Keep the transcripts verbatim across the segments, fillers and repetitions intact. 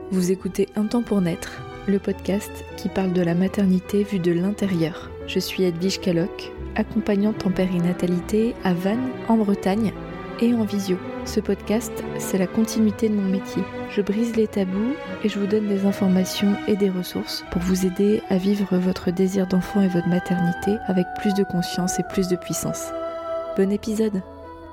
Vous écoutez Un temps pour naître, le podcast qui parle de la maternité vue de l'intérieur. Je suis Edwige Caloc, accompagnante en périnatalité à Vannes, en Bretagne, et en visio. Ce podcast, c'est la continuité de mon métier. Je brise les tabous et je vous donne des informations et des ressources pour vous aider à vivre votre désir d'enfant et votre maternité avec plus de conscience et plus de puissance. Bon épisode!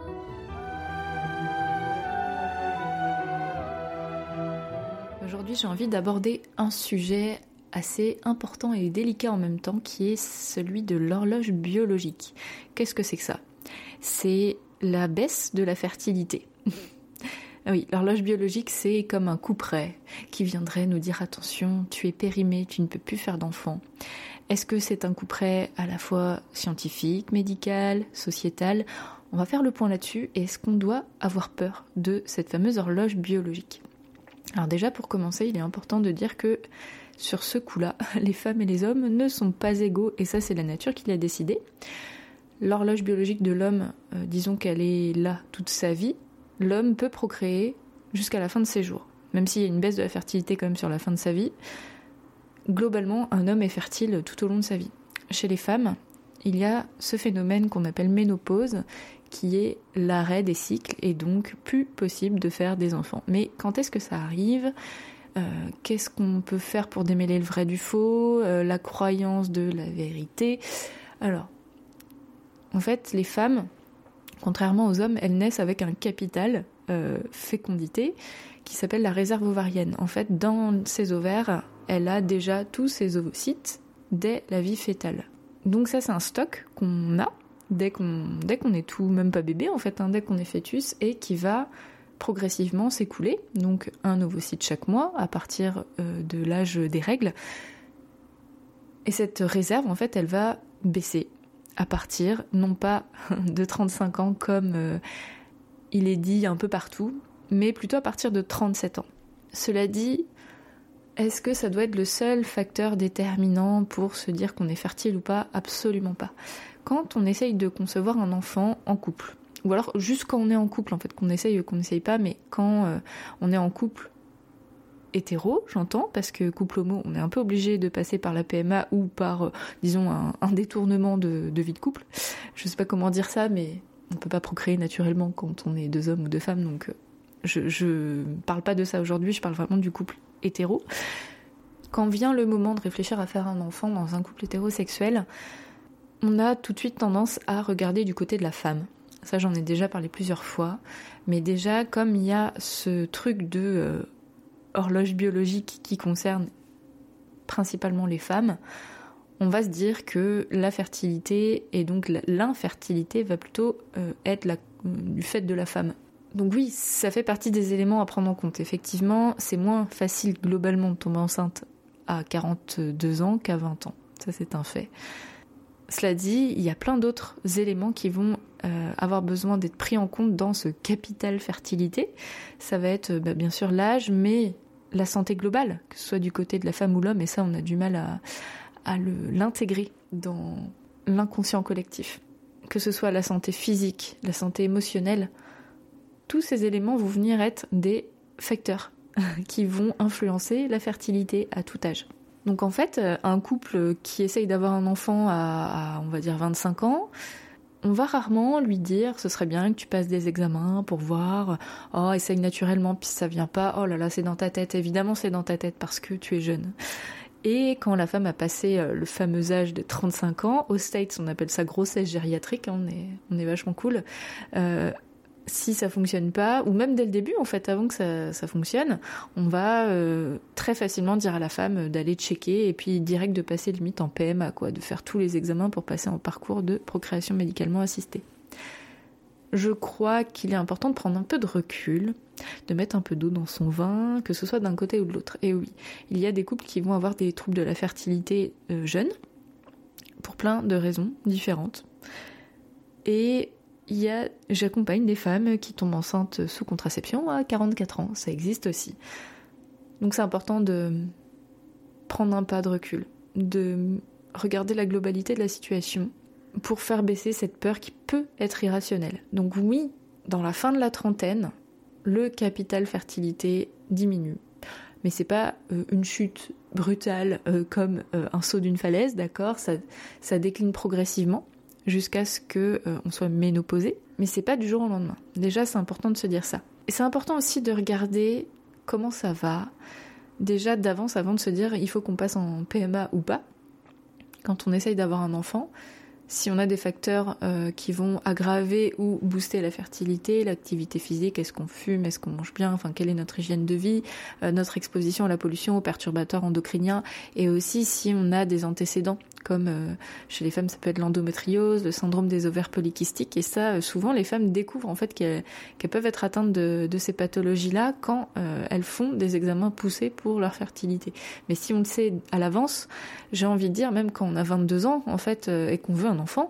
Aujourd'hui, j'ai envie d'aborder un sujet assez important et délicat en même temps, qui est celui de l'horloge biologique. Qu'est-ce que c'est que ça ? C'est la baisse de la fertilité. Oui, l'horloge biologique, c'est comme un couperet qui viendrait nous dire « Attention, tu es périmé, tu ne peux plus faire d'enfant ». Est-ce que c'est un couperet à la fois scientifique, médical, sociétal ? On va faire le point là-dessus. Et est-ce qu'on doit avoir peur de cette fameuse horloge biologique ? Alors déjà, pour commencer, il est important de dire que sur ce coup-là, les femmes et les hommes ne sont pas égaux, et ça, c'est la nature qui l'a décidé. L'horloge biologique de l'homme, euh, disons qu'elle est là toute sa vie, l'homme peut procréer jusqu'à la fin de ses jours. Même s'il y a une baisse de la fertilité quand même sur la fin de sa vie, globalement, un homme est fertile tout au long de sa vie. Chez les femmes, il y a ce phénomène qu'on appelle ménopause, qui est l'arrêt des cycles et donc plus possible de faire des enfants. Mais quand est-ce que ça arrive ? euh, Qu'est-ce qu'on peut faire pour démêler le vrai du faux ? euh, La croyance de la vérité ? Alors, en fait, les femmes, contrairement aux hommes, elles naissent avec un capital euh, fécondité qui s'appelle la réserve ovarienne. En fait, dans ses ovaires, elle a déjà tous ses ovocytes dès la vie fœtale. Donc ça, c'est un stock qu'on a dès qu'on, dès qu'on est tout, même pas bébé en fait, hein, dès qu'on est fœtus, et qui va progressivement s'écouler. Donc un ovocyte chaque mois à partir euh, de l'âge des règles. Et cette réserve, en fait, elle va baisser à partir, non pas de trente-cinq ans comme euh, il est dit un peu partout, mais plutôt à partir de trente-sept ans. Cela dit, est-ce que ça doit être le seul facteur déterminant pour se dire qu'on est fertile ou pas ? Absolument pas. Quand on essaye de concevoir un enfant en couple, ou alors juste quand on est en couple, en fait, qu'on essaye ou qu'on n'essaye pas, mais quand euh, on est en couple hétéro, j'entends, parce que couple homo, on est un peu obligé de passer par la P M A ou par, euh, disons, un, un détournement de, de vie de couple. Je sais pas comment dire ça, mais on peut pas procréer naturellement quand on est deux hommes ou deux femmes, donc euh, je, je parle pas de ça aujourd'hui, je parle vraiment du couple hétéro. Quand vient le moment de réfléchir à faire un enfant dans un couple hétérosexuel, on a tout de suite tendance à regarder du côté de la femme. Ça, j'en ai déjà parlé plusieurs fois, mais déjà, comme il y a ce truc de euh, horloge biologique qui concerne principalement les femmes, on va se dire que la fertilité et donc l'infertilité va plutôt euh, être la, du fait de la femme. Donc oui, ça fait partie des éléments à prendre en compte. Effectivement, c'est moins facile globalement de tomber enceinte à quarante-deux ans qu'à vingt ans. Ça, c'est un fait. Cela dit, il y a plein d'autres éléments qui vont euh, avoir besoin d'être pris en compte dans ce capital fertilité. Ça va être bah, bien sûr l'âge, mais la santé globale, que ce soit du côté de la femme ou l'homme, et ça on a du mal à, à le, l'intégrer dans l'inconscient collectif. Que ce soit la santé physique, la santé émotionnelle, tous ces éléments vont venir être des facteurs qui vont influencer la fertilité à tout âge. Donc en fait, un couple qui essaye d'avoir un enfant à, à, on va dire, vingt-cinq ans, on va rarement lui dire « ce serait bien que tu passes des examens pour voir, oh, essaye naturellement, puis ça vient pas, oh là là, c'est dans ta tête ». Évidemment, c'est dans ta tête parce que tu es jeune. Et quand la femme a passé le fameux âge de trente-cinq ans, aux States, on appelle ça grossesse gériatrique, hein, on est, on est vachement cool, euh, si ça fonctionne pas, ou même dès le début, en fait, avant que ça, ça fonctionne, on va euh, très facilement dire à la femme d'aller checker et puis direct de passer limite en P M A, quoi, de faire tous les examens pour passer en parcours de procréation médicalement assistée. Je crois qu'il est important de prendre un peu de recul, de mettre un peu d'eau dans son vin, que ce soit d'un côté ou de l'autre. Et oui, il y a des couples qui vont avoir des troubles de la fertilité euh, jeunes, pour plein de raisons différentes. Et il y a, j'accompagne des femmes qui tombent enceintes sous contraception à quarante-quatre ans, ça existe aussi. Donc c'est important de prendre un pas de recul, de regarder la globalité de la situation pour faire baisser cette peur qui peut être irrationnelle. Donc oui, dans la fin de la trentaine, le capital fertilité diminue. mais c'est pas euh, une chute brutale euh, comme euh, un saut d'une falaise, d'accord, ça, ça décline progressivement jusqu'à ce que euh, on soit ménopausé, mais c'est pas du jour au lendemain. Déjà, c'est important de se dire ça. Et c'est important aussi de regarder comment ça va, déjà d'avance, avant de se dire il faut qu'on passe en P M A ou pas. Quand on essaye d'avoir un enfant, si on a des facteurs euh, qui vont aggraver ou booster la fertilité, l'activité physique, est-ce qu'on fume, est-ce qu'on mange bien, enfin quelle est notre hygiène de vie, euh, notre exposition à la pollution, aux perturbateurs endocriniens, et aussi si on a des antécédents, comme euh, chez les femmes ça peut être l'endométriose, le syndrome des ovaires polykystiques, et ça euh, souvent les femmes découvrent en fait qu'elles, qu'elles peuvent être atteintes de, de ces pathologies-là quand euh, elles font des examens poussés pour leur fertilité. Mais si on le sait à l'avance, j'ai envie de dire, même quand on a vingt-deux ans en fait euh, et qu'on veut un enfant,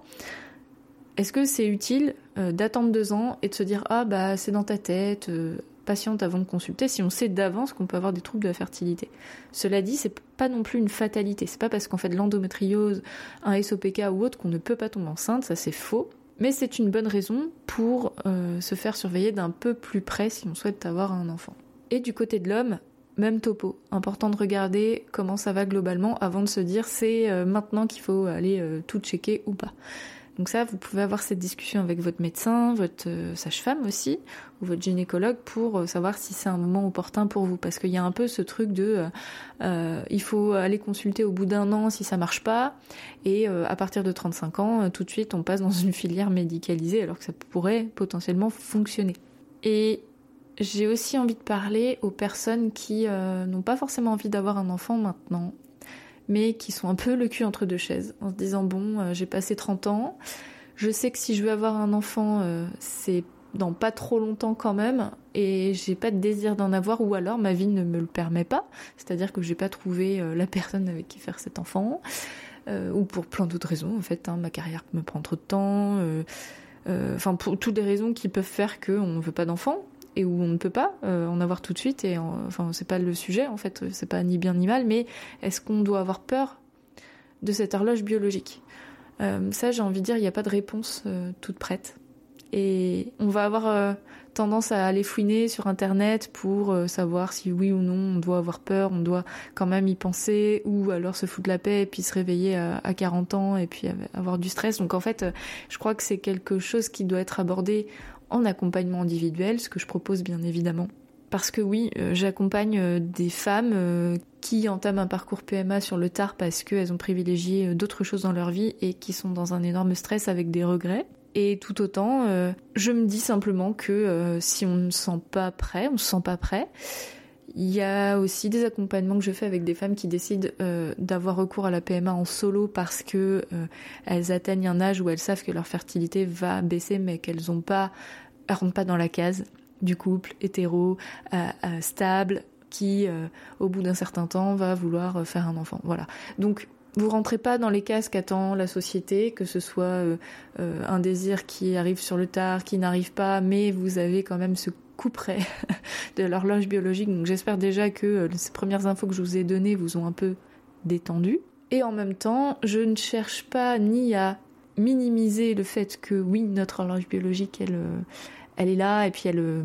est-ce que c'est utile euh, d'attendre deux ans et de se dire ah bah c'est dans ta tête, euh, patiente avant de consulter, si on sait d'avance qu'on peut avoir des troubles de la fertilité. Cela dit, c'est pas non plus une fatalité, c'est pas parce qu'on fait de l'endométriose, un S O P K ou autre qu'on ne peut pas tomber enceinte, ça c'est faux, mais c'est une bonne raison pour euh, se faire surveiller d'un peu plus près si on souhaite avoir un enfant. Et du côté de l'homme, même topo, important de regarder comment ça va globalement avant de se dire c'est euh, maintenant qu'il faut aller euh, tout checker ou pas. Donc ça, vous pouvez avoir cette discussion avec votre médecin, votre euh, sage-femme aussi, ou votre gynécologue pour euh, savoir si c'est un moment opportun pour vous. Parce qu'il y a un peu ce truc de euh, euh, il faut aller consulter au bout d'un an si ça marche pas, et euh, à partir de trente-cinq ans, euh, tout de suite on passe dans une filière médicalisée alors que ça pourrait potentiellement fonctionner. Et j'ai aussi envie de parler aux personnes qui euh, n'ont pas forcément envie d'avoir un enfant maintenant, mais qui sont un peu le cul entre deux chaises, en se disant bon, euh, j'ai passé trente ans, je sais que si je veux avoir un enfant, euh, c'est dans pas trop longtemps quand même, et j'ai pas de désir d'en avoir, ou alors ma vie ne me le permet pas, c'est-à-dire que j'ai pas trouvé euh, la personne avec qui faire cet enfant, euh, ou pour plein d'autres raisons en fait, hein, ma carrière me prend trop de temps, euh, euh, enfin pour toutes les raisons qui peuvent faire qu'on veut pas d'enfant, et où on ne peut pas euh, en avoir tout de suite, et en, enfin c'est pas le sujet en fait, c'est pas ni bien ni mal, mais est-ce qu'on doit avoir peur de cette horloge biologique ? euh, Ça, j'ai envie de dire, il n'y a pas de réponse euh, toute prête, et on va avoir euh, tendance à aller fouiner sur internet pour euh, savoir si oui ou non on doit avoir peur, on doit quand même y penser, ou alors se foutre la paix et puis se réveiller à, à quarante ans et puis avoir du stress. Donc en fait, euh, je crois que c'est quelque chose qui doit être abordé en accompagnement individuel, ce que je propose bien évidemment. Parce que oui, euh, j'accompagne euh, des femmes euh, qui entament un parcours P M A sur le tard parce qu'elles ont privilégié euh, d'autres choses dans leur vie et qui sont dans un énorme stress avec des regrets. Et tout autant, euh, je me dis simplement que euh, si on ne se sent pas prêt, on ne se sent pas prêt. Il y a aussi des accompagnements que je fais avec des femmes qui décident euh, d'avoir recours à la P M A en solo parce que euh, elles atteignent un âge où elles savent que leur fertilité va baisser, mais qu'elles ont pas, elles rentrent pas dans la case du couple hétéro euh, euh, stable qui, euh, au bout d'un certain temps, va vouloir faire un enfant. Voilà. Donc vous rentrez pas dans les cases qu'attend la société, que ce soit euh, euh, un désir qui arrive sur le tard, qui n'arrive pas, mais vous avez quand même ce coup près de l'horloge biologique. Donc j'espère déjà que euh, ces premières infos que je vous ai données vous ont un peu détendu. Et en même temps, je ne cherche pas ni à minimiser le fait que oui, notre horloge biologique, elle, euh, elle est là, et puis elle... Euh,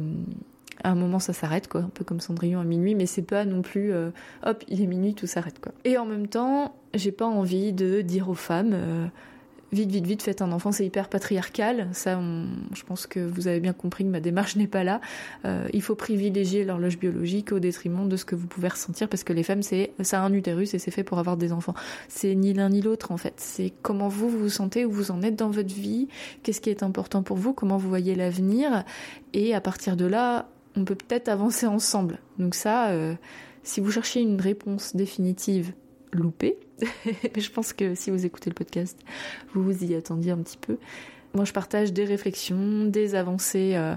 à un moment ça s'arrête quoi, un peu comme Cendrillon à minuit, mais c'est pas non plus euh, hop il est minuit tout s'arrête quoi. Et en même temps j'ai pas envie de dire aux femmes euh, vite vite vite faites un enfant, c'est hyper patriarcal, ça on, je pense que vous avez bien compris que ma démarche n'est pas là. Euh, il faut privilégier l'horloge biologique au détriment de ce que vous pouvez ressentir, parce que les femmes c'est ça a un utérus et c'est fait pour avoir des enfants, c'est ni l'un ni l'autre en fait, c'est comment vous vous sentez, où vous en êtes dans votre vie, qu'est-ce qui est important pour vous, comment vous voyez l'avenir, et à partir de là on peut peut-être avancer ensemble. Donc ça, euh, si vous cherchez une réponse définitive, loupée, je pense que si vous écoutez le podcast, vous vous y attendiez un petit peu. Moi, je partage des réflexions, des avancées euh,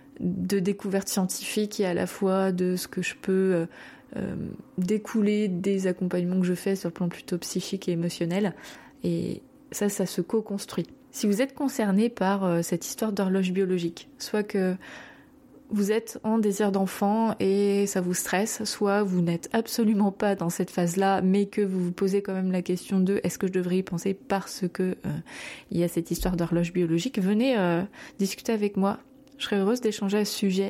de découvertes scientifiques et à la fois de ce que je peux euh, euh, découler des accompagnements que je fais sur le plan plutôt psychique et émotionnel. Et ça, ça se co-construit. Si vous êtes concerné par euh, cette histoire d'horloge biologique, soit que vous êtes en désir d'enfant et ça vous stresse, soit vous n'êtes absolument pas dans cette phase-là, mais que vous vous posez quand même la question de est-ce que je devrais y penser parce que euh, il y a cette histoire d'horloge biologique, venez euh, discuter avec moi. Je serais heureuse d'échanger à ce sujet.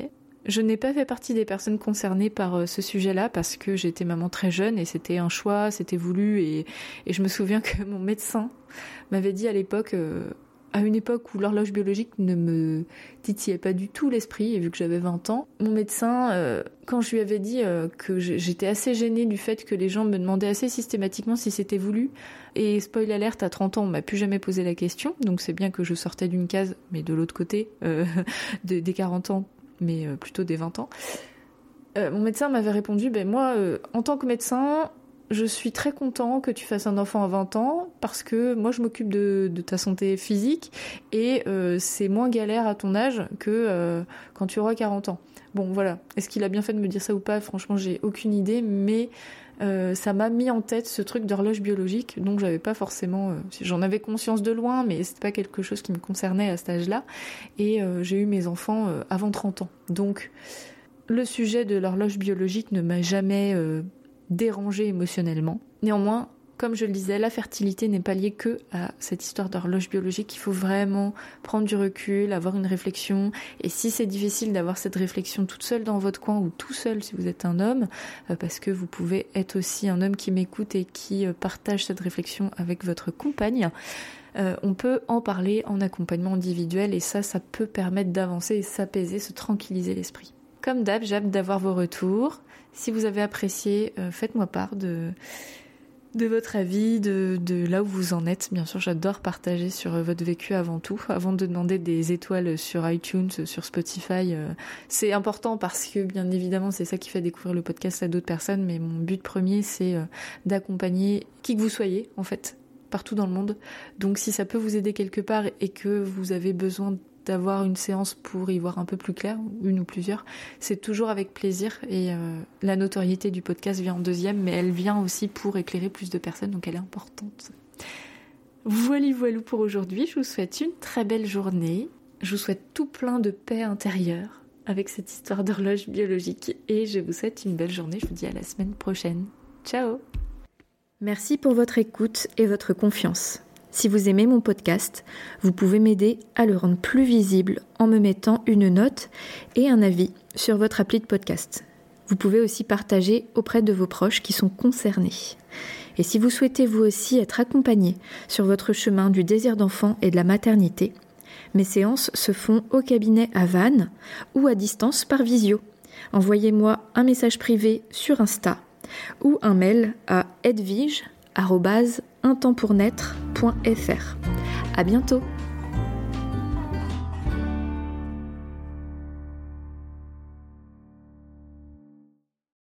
Je n'ai pas fait partie des personnes concernées par euh, ce sujet-là parce que j'étais maman très jeune et c'était un choix, c'était voulu et, et je me souviens que mon médecin m'avait dit à l'époque, euh, à une époque où l'horloge biologique ne me titillait pas du tout l'esprit et vu que j'avais vingt ans, mon médecin, euh, quand je lui avais dit euh, que j'étais assez gênée du fait que les gens me demandaient assez systématiquement si c'était voulu, et spoil alerte, à trente ans on m'a plus jamais posé la question, donc c'est bien que je sortais d'une case, mais de l'autre côté, euh, de, des quarante ans, mais euh, plutôt des vingt ans. Euh, mon médecin m'avait répondu, ben moi, euh, en tant que médecin, je suis très content que tu fasses un enfant à vingt ans parce que moi je m'occupe de, de ta santé physique et euh, c'est moins galère à ton âge que euh, quand tu auras quarante ans. Bon voilà, est-ce qu'il a bien fait de me dire ça ou pas ? Franchement j'ai aucune idée, mais euh, ça m'a mis en tête ce truc d'horloge biologique, donc j'avais pas forcément... Euh, j'en avais conscience de loin, mais c'était pas quelque chose qui me concernait à cet âge-là, et euh, j'ai eu mes enfants euh, avant trente ans. Donc le sujet de l'horloge biologique ne m'a jamais... Euh, dérangé émotionnellement. Néanmoins, comme je le disais, la fertilité n'est pas liée que à cette histoire d'horloge biologique. Il faut vraiment prendre du recul, avoir une réflexion. Et si c'est difficile d'avoir cette réflexion toute seule dans votre coin ou tout seul si vous êtes un homme, parce que vous pouvez être aussi un homme qui m'écoute et qui partage cette réflexion avec votre compagne, euh, on peut en parler en accompagnement individuel et ça, ça peut permettre d'avancer et s'apaiser, se tranquilliser l'esprit. Comme d'hab, j'ai hâte d'avoir vos retours. Si vous avez apprécié, euh, faites-moi part de, de votre avis, de, de là où vous en êtes. Bien sûr, j'adore partager sur euh, votre vécu avant tout. Avant de demander des étoiles sur iTunes, sur Spotify, euh, c'est important parce que, bien évidemment, c'est ça qui fait découvrir le podcast à d'autres personnes. Mais mon but premier, c'est euh, d'accompagner qui que vous soyez, en fait, partout dans le monde. Donc, si ça peut vous aider quelque part et que vous avez besoin de d'avoir une séance pour y voir un peu plus clair, une ou plusieurs, c'est toujours avec plaisir et euh, la notoriété du podcast vient en deuxième, mais elle vient aussi pour éclairer plus de personnes, donc elle est importante. Voilà, voilà pour aujourd'hui, je vous souhaite une très belle journée, je vous souhaite tout plein de paix intérieure avec cette histoire d'horloge biologique et je vous souhaite une belle journée, je vous dis à la semaine prochaine. Ciao! Merci pour votre écoute et votre confiance. Si vous aimez mon podcast, vous pouvez m'aider à le rendre plus visible en me mettant une note et un avis sur votre appli de podcast. Vous pouvez aussi partager auprès de vos proches qui sont concernés. Et si vous souhaitez vous aussi être accompagné sur votre chemin du désir d'enfant et de la maternité, mes séances se font au cabinet à Vannes ou à distance par visio. Envoyez-moi un message privé sur Insta ou un mail à edwige arobase un temps pour naître point f r. À bientôt!